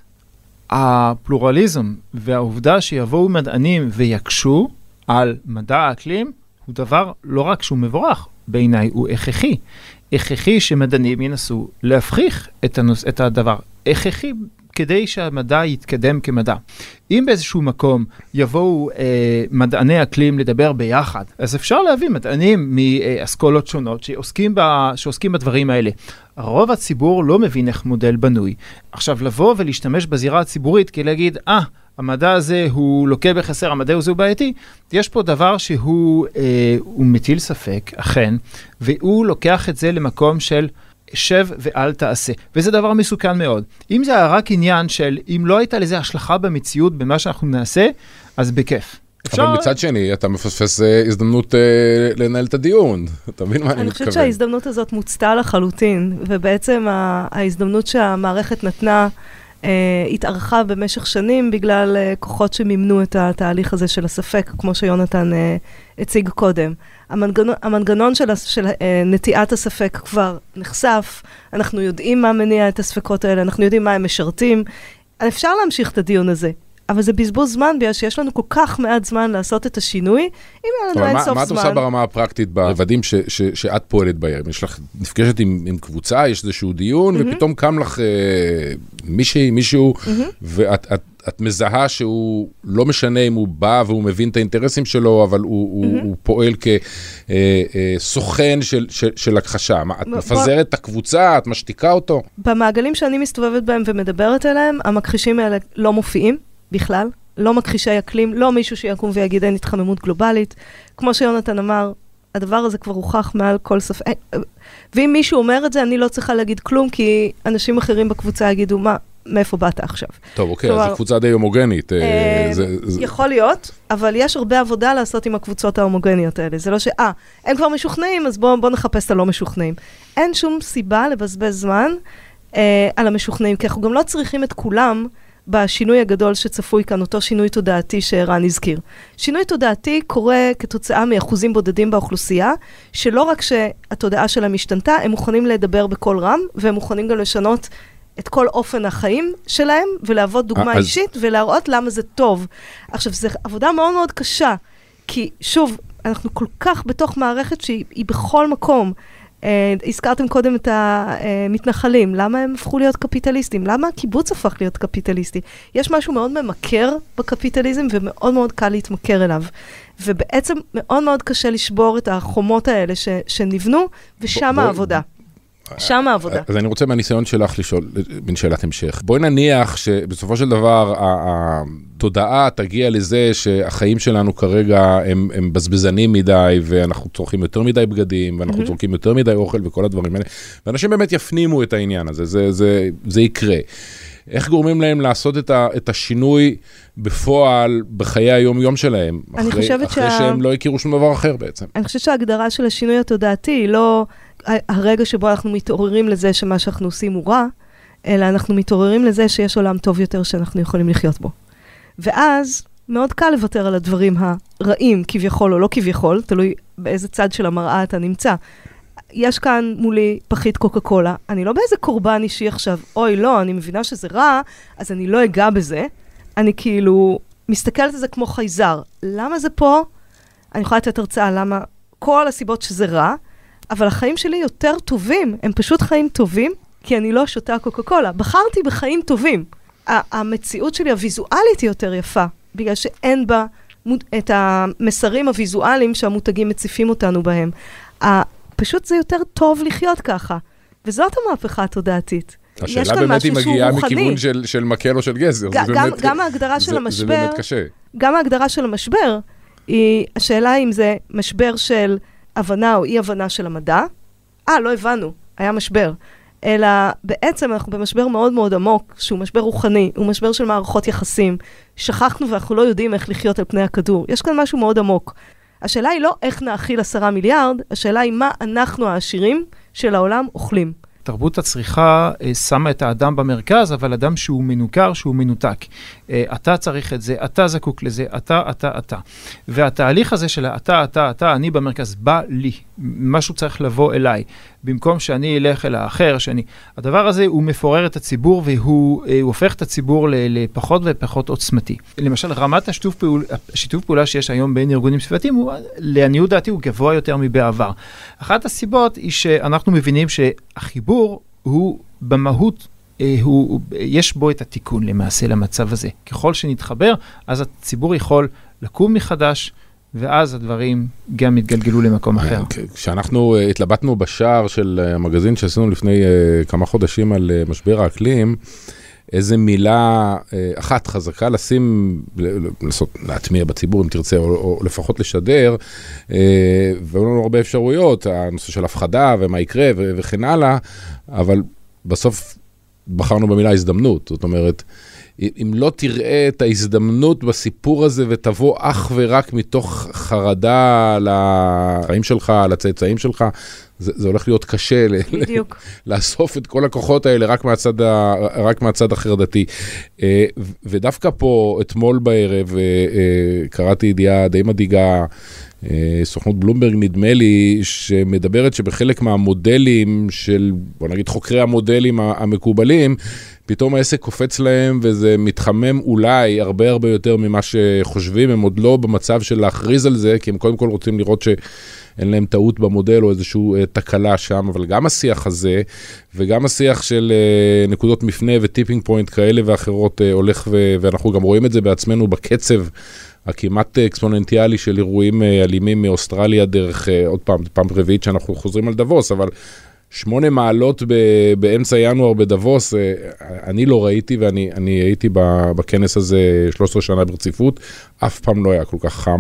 הפלורליזם והעובדה שיבואו מדענים ויקשו על מדע האקלים, הוא דבר לא רק שהוא מבורך, בעיניי הוא הכרחי. הכרחי שמדענים ינסו להפריך את, הנוס, את הדבר. הכרחי כדי שהמדע יתקדם כמדע. אם באיזשהו מקום יבואו אה, מדעני אקלים לדבר ביחד, אז אפשר להביא מדענים מאסכולות שונות שעוסקים, ב, שעוסקים בדברים האלה. רוב הציבור לא מבין איך מודל בנוי. עכשיו, לבוא ולהשתמש בזירה הציבורית כי להגיד, אה, המדע הזה הוא לוקה בחסר, המדע הזה הוא בעייתי, יש פה דבר שהוא אה, הוא מטיל ספק, אכן, והוא לוקח את זה למקום של שב ואל תעשה. וזה דבר מסוכן מאוד. אם זה היה רק עניין של, אם לא הייתה לזה השלכה במציאות במה שאנחנו נעשה, אז בכיף. אפשר... אבל מצד שני, אתה מפספס הזדמנות אה, לנהל את הדיון. אתה מבין מה אני מתכוון? אני חושבת שההזדמנות הזאת מוצתה לחלוטין, ובעצם ההזדמנות שהמערכת נתנה, אה, התארכה במשך שנים בגלל אה, כוחות שמימנו את התהליך הזה של הספק, כמו שיונתן אה, הציג קודם. המנגנון, המנגנון של, של אה, נטיעת הספק כבר נחשף, אנחנו יודעים מה מניע את הספקות האלה, אנחנו יודעים מה הם משרתים, אפשר להמשיך את הדיון הזה, אבל זה בזבוז זמן, בגלל שיש לנו כל כך מעט זמן לעשות את השינוי, אם אין לנו אין סוף זמן. מה את עושה ברמה הפרקטית ברבדים ש, ש, שאת פועלת בהם? יש לך נפגשת עם, עם קבוצה, יש איזשהו דיון, mm-hmm. ופתאום קם לך אה, מישהי, מישהו, mm-hmm. ואת את, את מזהה שהוא לא משנה אם הוא בא והוא מבין את האינטרסים שלו, אבל הוא, mm-hmm. הוא, הוא פועל כסוכן של, של, של הכחשה. את מפזרת את הקבוצה, את משתיקה אותו? במעגלים שאני מסתובבת בהם ומדברת אליהם, המכחישים האלה לא מופיעים. בכלל, לא מכחישי אקלים, לא מישהו שיקום ויגיד אין התחממות גלובלית. כמו שיונתן אמר, הדבר הזה כבר הוכח מעל כל ספק. ואם מישהו אומר את זה, אני לא צריכה להגיד כלום, כי אנשים אחרים בקבוצה יגידו, מה, מאיפה באת עכשיו? טוב, אוקיי, אז זו קבוצה די הומוגנית. יכול להיות, אבל יש הרבה עבודה לעשות עם הקבוצות ההומוגניות האלה. זה לא ש, אה, הם כבר משוכנעים, אז בואו נחפש את הלא משוכנעים. אין שום סיבה לבזבז זמן על המשוכנעים, כי אנחנו גם לא צריכים את כולם, בשינוי הגדול שצפוי כאן, אותו שינוי תודעתי שערן הזכיר. שינוי תודעתי קורה כתוצאה מאחוזים בודדים באוכלוסייה, שלא רק שהתודעה שלהם השתנתה, הם מוכנים לדבר בכל רם, והם מוכנים גם לשנות את כל אופן החיים שלהם, ולעבוד דוגמה אז... אישית, ולהראות למה זה טוב. עכשיו, זו עבודה מאוד מאוד קשה, כי שוב, אנחנו כל כך בתוך מערכת שהיא בכל מקום, Uh, הזכרתם קודם את המתנחלים, למה הם הפכו להיות קפיטליסטים? למה הקיבוץ הפך להיות קפיטליסטי? יש משהו מאוד ממכר בקפיטליזם, ומאוד מאוד קל להתמכר אליו. ובעצם מאוד מאוד קשה לשבור את החומות האלה ש, שנבנו, ושם העבודה. שם העבודה. אז אני רוצה מהניסיון שלך לשאול, בין שאלת המשך. בואי נניח שבסופו של דבר, התודעה תגיע לזה שהחיים שלנו כרגע הם, הם בזבזנים מדי, ואנחנו צורכים יותר מדי בגדים, ואנחנו mm-hmm. צורכים יותר מדי אוכל וכל הדברים האלה. ואנשים באמת יפנימו את העניין הזה, זה, זה, זה יקרה. איך גורמים להם לעשות את, ה, את השינוי בפועל בחיי היום-יום שלהם? אני אחרי, חושבת אחרי שה... שהם לא הכירו שום דבר אחר בעצם. אני חושבת שההגדרה של השינוי התודעתי היא לא הרגע שבו אנחנו מתעוררים לזה שמה שאנחנו עושים הוא רע, אלא אנחנו מתעוררים לזה שיש עולם טוב יותר שאנחנו יכולים לחיות בו. ואז מאוד קל לוותר על הדברים הרעים, כביכול או לא כביכול, תלוי באיזה צד של המראה אתה נמצא. יש כאן מולי פחית קוקה קולה, אני לא באיזה קורבן אישי עכשיו, אוי לא, אני מבינה שזה רע, אז אני לא אגע בזה, אני כאילו מסתכלת על זה כמו חייזר. למה זה פה? אני יכולה לתת הרצאה למה כל הסיבות שזה רע, אבל החיים שלי יותר טובים, הם פשוט חיים טובים, כי אני לא שותה קוקה קולה. בחרתי בחיים טובים. המציאות שלי הוויזואלית היא יותר יפה, בגלל שאין בה את המסרים הוויזואליים שהמותגים מציפים אותנו בהם. פשוט זה יותר טוב לחיות ככה. וזאת המהפכה התודעתית. השאלה באמת היא מגיעה מכיוון של, של מקל או של גזר. גם, באמת, גם ההגדרה של זה, המשבר, זה באמת קשה. גם ההגדרה של המשבר, היא, השאלה אם זה משבר של הבנה או אי הבנה של המדע. אה, לא הבנו, היה משבר. אלא בעצם אנחנו במשבר מאוד מאוד עמוק, שהוא משבר רוחני, הוא משבר של מערכות יחסים. שכחנו ואנחנו לא יודעים איך לחיות על פני הכדור. יש כאן משהו מאוד עמוק. השאלה היא לא איך נאכיל עשרה מיליארד, השאלה היא מה אנחנו העשירים של העולם אוכלים. תרבות הצריכה שמה את האדם במרכז, אבל אדם שהוא מנוכר, שהוא מנותק. אתה צריך את זה, אתה זקוק לזה, אתה, אתה, אתה. והתהליך הזה של אתה, אתה, אתה, אני במרכז, בא לי. משהו צריך לבוא אליי. במקום שאני אלך אל האחר, שאני... הדבר הזה הוא מפורר את הציבור, והוא הופך את הציבור לפחות ופחות עוצמתי. למשל, רמת השיתוף פעולה, השיתוף פעולה שיש היום בין ארגונים סביבתיים, הוא, לעניות דעתי, הוא גבוה יותר מבעבר. אחת הסיבות היא שאנחנו מבינים שהחיבור הוא במהות, הוא, יש בו את התיקון למעשה למצב הזה. ככל שנתחבר, אז הציבור יכול לקום מחדש, ואז הדברים גם מתגלגלו למקום אחר. כשאנחנו התלבטנו בשער של המגזין שעשינו לפני כמה חודשים על משבר האקלים, איזה מילה אחת חזקה לשים, לעשות, להטמיע בציבור אם תרצה, או, או לפחות לשדר, והיו לנו הרבה אפשרויות, הנושא של הפחדה ומה יקרה ו- וכן הלאה, אבל בסוף בחרנו במילה הזדמנות, זאת אומרת, אם לא תראה את ההזדמנות בסיפור הזה ותבוא אך ורק מתוך חרדה לחיים שלך, לצאצאים שלך, זה, זה הולך להיות קשה בדיוק. לאסוף את כל הכוחות האלה רק מהצד, ה, רק מהצד החרדתי. ודווקא פה, אתמול בערב, קראתי ידיעה די מדאיגה, סוכנות בלומברג נדמה לי, שמדברת שבחלק מהמודלים של, בוא נגיד, חוקרי המודלים המקובלים, פתאום העסק קופץ להם, וזה מתחמם אולי הרבה הרבה יותר ממה שחושבים, הם עוד לא במצב של להכריז על זה, כי הם קודם כל רוצים לראות שאין להם טעות במודל או איזושהי תקלה שם, אבל גם השיח הזה, וגם השיח של נקודות מפנה וטיפינג פוינט כאלה ואחרות הולך, ואנחנו גם רואים את זה בעצמנו בקצב, הכמעט אקספוננטיאלי של אירועים אלימים מאוסטרליה דרך, עוד פעם, פעם רביעית שאנחנו חוזרים על דבוס, אבל שמונה מעלות ב- באמצע ינואר בדבוס, אני לא ראיתי, ואני אני הייתי בכנס הזה שלוש עשרה שנה ברציפות, אף פעם לא היה כל כך חם,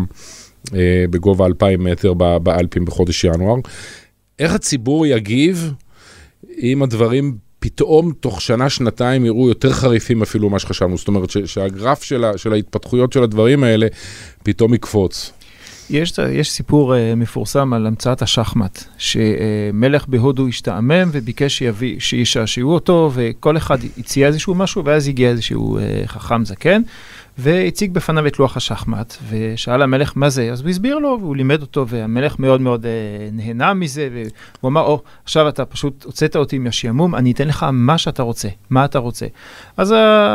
בגובה אלפיים מטר באלפים בחודש ינואר. איך הציבור יגיב אם הדברים פתאום תוך שנה, שנתיים יראו יותר חריפים אפילו מה שחשבנו, זאת אומרת שהגרף של, ה- של ההתפתחויות של הדברים האלה פתאום יקפוץ. יש, יש סיפור uh, מפורסם על המצאת השחמט, שמלך בהודו השתעמם וביקש שיביא, שישעשעו אותו, וכל אחד הציע איזשהו משהו, ואז הגיע איזשהו uh, חכם זקן, והציג בפניו את לוח השחמט, ושאל המלך מה זה, אז הוא הסביר לו, והוא לימד אותו, והמלך מאוד מאוד uh, נהנה מזה, והוא אמר, או, עכשיו אתה פשוט הוצאת אותי מהשעמום, אני אתן לך מה שאתה רוצה, מה אתה רוצה. אז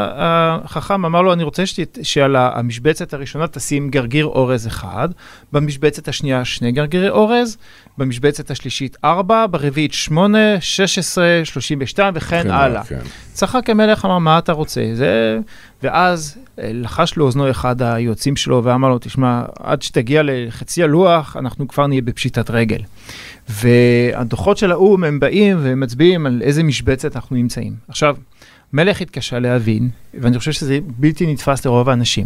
החכם אמר לו, אני רוצה שת, שעל המשבצת הראשונה תשים גרגיר אורז אחד, במשבצת השנייה שני גרגירי אורז, במשבצת השלישית ארבע, ברביעית שמונה, שש עשרה, שלושים ושתיים וכן הלאה. כן. צחק המלך אמר, מה אתה רוצה? זה... ואז לחש לאוזנו אחד היועצים שלו ואמר לו, תשמע, עד שתגיע לחצי הלוח, אנחנו כבר נהיה בפשיטת רגל. והדוחות של האום הם באים ומצביעים על איזה משבצת אנחנו נמצאים. עכשיו, מלך התקשה להבין, ואני חושב שזה בלתי נתפס לרוב האנשים.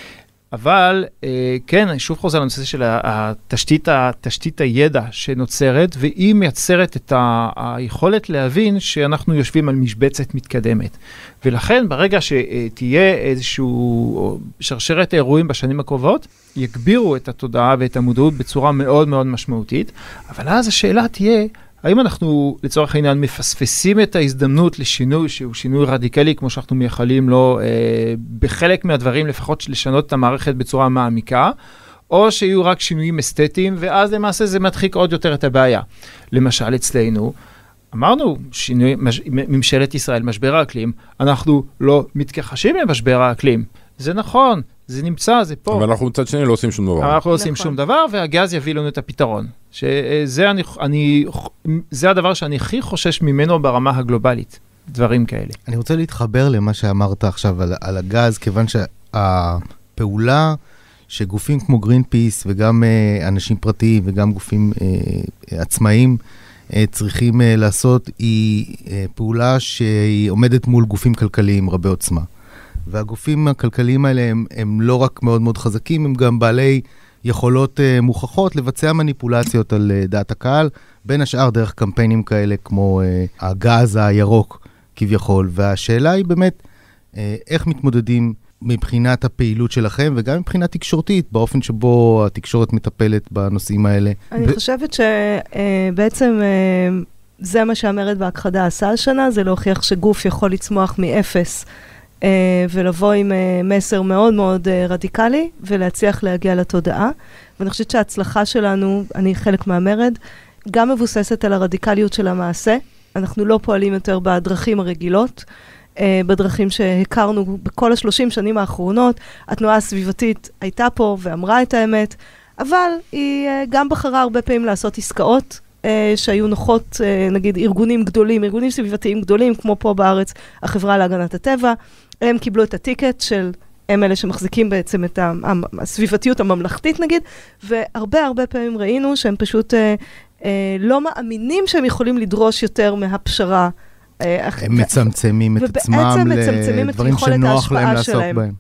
אבל כן, שוב חוזר לנושא של התשתית, התשתית הידע שנוצרת, והיא מייצרת את היכולת להבין שאנחנו יושבים על משבצת מתקדמת. ולכן ברגע שתהיה איזשהו שרשרת האירועים בשנים הקרובות, יגבירו את התודעה ואת המודעות בצורה מאוד מאוד משמעותית, אבל אז השאלה תהיה, האם אנחנו לצורך העניין מפספסים את ההזדמנות לשינוי שהוא שינוי רדיקלי, כמו שאנחנו מייחלים לו אה, בחלק מהדברים, לפחות לשנות את המערכת בצורה מעמיקה, או שיהיו רק שינויים אסתטיים, ואז למעשה זה מדחיק עוד יותר את הבעיה. למשל אצלנו, אמרנו, שינוי, מש, ממשלת ישראל, משבר האקלים, אנחנו לא מתכחשים למשבר האקלים. זה נכון, זה נמצא, זה פה. אבל אנחנו מצד שני לא עושים שום דבר. אנחנו לא עושים שום דבר, והגז יביא לנו את הפתרון. שזה אני, אני, זה הדבר שאני הכי חושש ממנו ברמה הגלובלית, דברים כאלה. אני רוצה להתחבר למה שאמרת עכשיו על, על הגז, כיוון שהפעולה שגופים כמו גרין פיס, וגם uh, אנשים פרטיים, וגם גופים uh, עצמאיים, uh, צריכים uh, לעשות, היא uh, פעולה שהיא עומדת מול גופים כלכליים רבי עוצמה. והגופים הכלכליים האלה הם, הם לא רק מאוד מאוד חזקים, הם גם בעלי יכולות uh, מוכחות לבצע מניפולציות על uh, דעת הקהל, בין השאר דרך קמפיינים כאלה כמו uh, הגז הירוק כביכול, והשאלה היא באמת uh, איך מתמודדים מבחינת הפעילות שלכם, וגם מבחינת תקשורתית, באופן שבו התקשורת מטפלת בנושאים האלה. אני ב- חושבת שבעצם uh, זה מה שהמרד בהכחדה עשה השנה, זה להוכיח שגוף יכול לצמוח מאפס, Uh, ולבוא עם uh, מסר מאוד מאוד uh, רדיקלי, ולהצליח להגיע לתודעה. ואני חושבת שההצלחה שלנו, אני חלק מהמרד, גם מבוססת על הרדיקליות של המעשה. אנחנו לא פועלים יותר בדרכים הרגילות, uh, בדרכים שהכרנו בכל השלושים שנים האחרונות. התנועה הסביבתית הייתה פה ואמרה את האמת, אבל היא uh, גם בחרה הרבה פעמים לעשות עסקאות, Uh, שהיו נוחות, uh, נגיד, ארגונים גדולים, ארגונים סביבתיים גדולים, כמו פה בארץ, החברה להגנת הטבע, הם קיבלו את הטיקט של, הם אלה שמחזיקים בעצם את הסביבתיות הממלכתית, נגיד, והרבה הרבה פעמים ראינו שהם פשוט uh, uh, לא מאמינים שהם יכולים לדרוש יותר מהפשרה. Uh, הם מצמצמים את עצמם לדברים שנוח להם לעסוק בהם.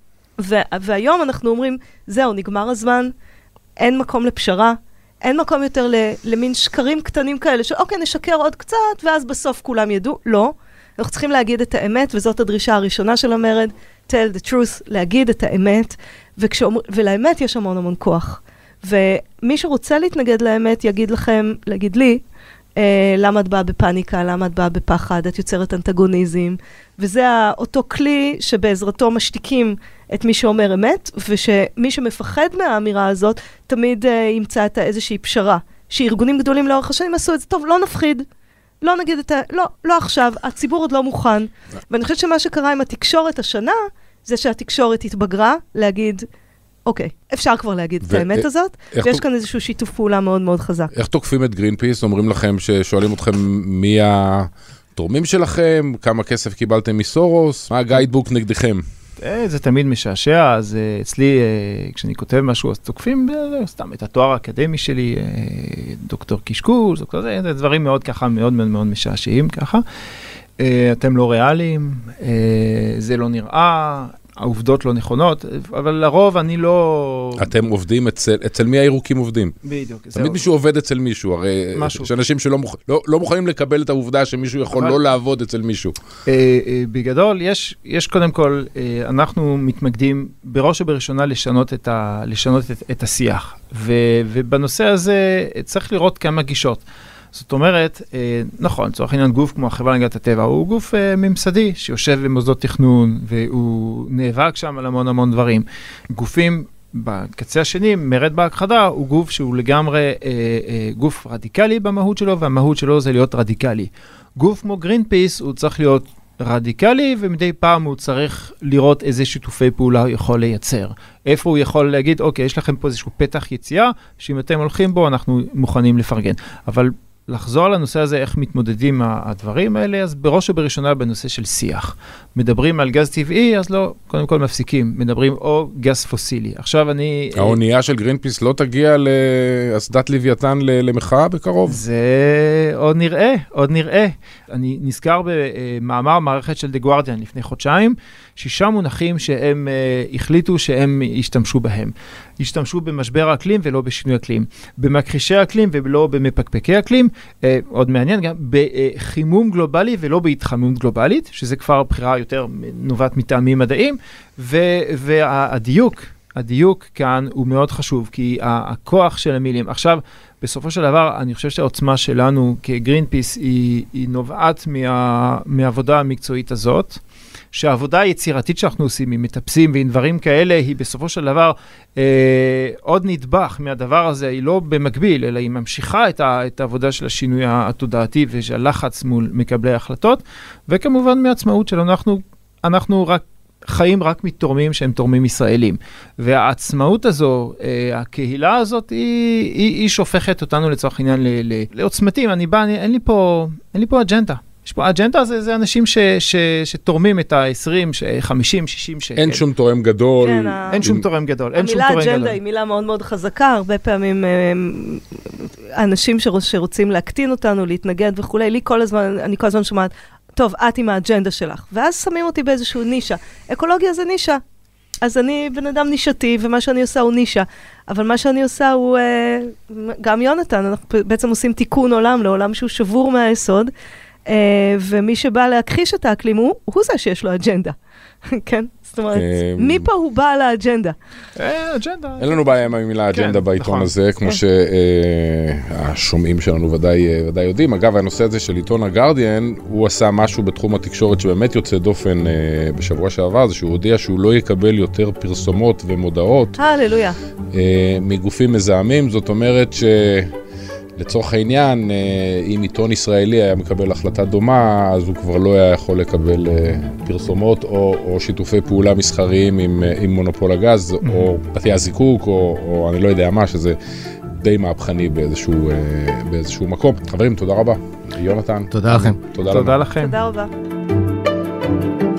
והיום אנחנו אומרים, זהו, נגמר הזמן, אין מקום לפשרה, אין מקום יותר למין שקרים קטנים כאלה, שאוקיי, נשקר עוד קצת, ואז בסוף כולם ידעו. לא. אנחנו צריכים להגיד את האמת, וזאת הדרישה הראשונה של המרד, tell the truth, להגיד את האמת, וכשאומר, ולאמת יש המון המון כוח. ומי שרוצה להתנגד לאמת, יגיד לכם, להגיד לי, אה, למה את באה בפאניקה, למה את באה בפחד, את יוצרת אנטגוניזם, וזה אותו כלי שבעזרתו משתיקים את מי שאומר אמת, ושמי שמפחד מהאמירה הזאת, תמיד uh, ימצא את איזושהי פשרה, שארגונים גדולים לאורך השנים עשו את זה, טוב, לא נפחיד, לא נגיד את ה... לא, לא עכשיו, הציבור עוד לא מוכן. ואני חושבת שמה שקרה עם התקשורת השנה, זה שהתקשורת התבגרה להגיד, אוקיי, אפשר כבר להגיד את האמת הזאת, ויש כאן איזשהו שיתוף פעולה מאוד מאוד חזק. איך תוקפים את גרינפיס? אומרים לכם ששואלים אתכם מי התורמים שלכם, כמה כסף קיבלתם מסורוס, מה הגיידבוק נגדכם? זה תמיד משעשע, אז אצלי, כשאני כותב משהו, אז תוקפים סתם את התואר האקדמי שלי, דוקטור קשקוש, זה דברים מאוד ככה, מאוד מאוד מאוד משעשעים ככה. אתם לא ריאליים, זה לא נראה, העובדות לא נכונות, אבל לרוב אני לא... אתם עובדים אצל, אצל מי הירוקים עובדים? בדיוק. תמיד מישהו עובד אצל מישהו, הרי יש אנשים שלא מוכ... לא, לא מוכנים לקבל את העובדה שמישהו יכול אבל... לא לעבוד אצל מישהו. אה, אה, בגדול, יש, יש קודם כל, אה, אנחנו מתמקדים בראש ובראשונה לשנות את, ה, לשנות את, את השיח, ו, ובנושא הזה צריך לראות כמה גישות. זאת אומרת, נכון, צורך עניין גוף כמו החברה להגנת הטבע, הוא גוף ממסדי שיושב במוסדות תכנון, והוא נאבק שם על המון המון דברים. גופים בקצה השני, מרד בהכחדה, הוא גוף שהוא לגמרי גוף רדיקלי במהות שלו, והמהות שלו זה להיות רדיקלי. גוף כמו גרינפיס, הוא צריך להיות רדיקלי, ומדי פעם הוא צריך לראות איזה שיתופי פעולה הוא יכול לייצר. איפה הוא יכול להגיד, אוקיי, יש לכם פה איזשהו פתח יציאה, שאם אתם הולכים בו, אנחנו מוכנים לפרגן. אבל לחזור לנושא הזה, איך מתמודדים הדברים האלה, אז בראש ובראשונה בנושא של שיח. מדברים על גז טבעי, אז לא, קודם כל מפסיקים. מדברים או גז פוסילי. עכשיו אני... האונייה של גרינפיס לא תגיע לאסדת לוויתן למחאה בקרוב? זה עוד נראה, עוד נראה. אני נזכר במאמר מערכת של The Guardian לפני חודשיים, שישה מונחים שהם uh, החליטו שהם ישתמשו בהם. ישתמשו במשבר האקלים ולא בשינוי אקלים. במכחישי אקלים ולא במפקפקי אקלים. Uh, עוד מעניין גם, בחימום גלובלי ולא בהתחממות גלובלית, שזה כבר בחירה יותר נובעת מטעמים מדעיים, והדיוק, הדיוק כאן הוא מאוד חשוב, כי הכוח של המילים, עכשיו, בסופו של דבר, אני חושב שהעוצמה שלנו כגרינפיס היא, היא נובעת מה, מהעבודה המקצועית הזאת, שהעבודה היצירתית שאנחנו עושים, עם מטפסים ועם דברים כאלה, היא בסופו של דבר אה, עוד נדבך מהדבר הזה, היא לא במקביל, אלא היא ממשיכה את, ה, את העבודה של השינוי התודעתי ושל הלחץ מול מקבלי ההחלטות, וכמובן מעצמאות שלנו, אנחנו, אנחנו רק חיים רק מתורמים שהם תורמים ישראלים. והעצמאות הזו, אה, הקהילה הזאת, היא, היא, היא שופכת אותנו לצורך עניין ל, ל, לעוצמתים. אני בא, אני, אין לי פה, אין לי פה אג'נדה. יש פה אג'נדה, זה, זה אנשים ש, ש, שתורמים את ה-עשרים, חמישים, שישים שקל. אין שום תורם גדול. כן, אין שום תורם גדול. המילה אג'נדה היא מילה מאוד מאוד חזקה. הרבה פעמים אנשים שרוצים להקטין אותנו, להתנגד וכולי. לי כל הזמן, אני כל הזמן שומעת, טוב, את עם האג'נדה שלך. ואז שמים אותי באיזשהו נישה. אקולוגיה זה נישה. אז אני בן אדם נישתי, ומה שאני עושה הוא נישה. אבל מה שאני עושה הוא, גם יונתן, אנחנו בעצם עושים תיקון עולם, לעולם שהוא שבור מהיסוד, ומי שבא להכחיש את האקלים הוא, הוא זה שיש לו אג'נדה. כן? זאת אומרת, מי פה הוא בעל האג'נדה? אג'נדה. אין לנו בעיה עם המילה אג'נדה בעיתון הזה, כמו שהשומעים שלנו ודאי יודעים. אגב, הנושא הזה של עיתון הגרדיאן, הוא עשה משהו בתחום התקשורת שבאמת יוצא דופן בשבוע שעבר, זה שהוא הודיע שהוא לא יקבל יותר פרסומות ומודעות. הללויה. מגופים מזהמים, זאת אומרת ש... לצורך העניין, אם עיתון ישראלי היה מקבל החלטה דומה, אז הוא כבר לא היה יכול לקבל פרסומות או, או שיתופי פעולה מסחריים עם, עם מונופול הגז, mm-hmm. או בתי הזיקוק, או, או אני לא יודע מה, שזה די מהפכני באיזשהו, באיזשהו מקום. חברים, תודה רבה. יונתן. תודה לכם. תודה, תודה לכם. תודה רבה.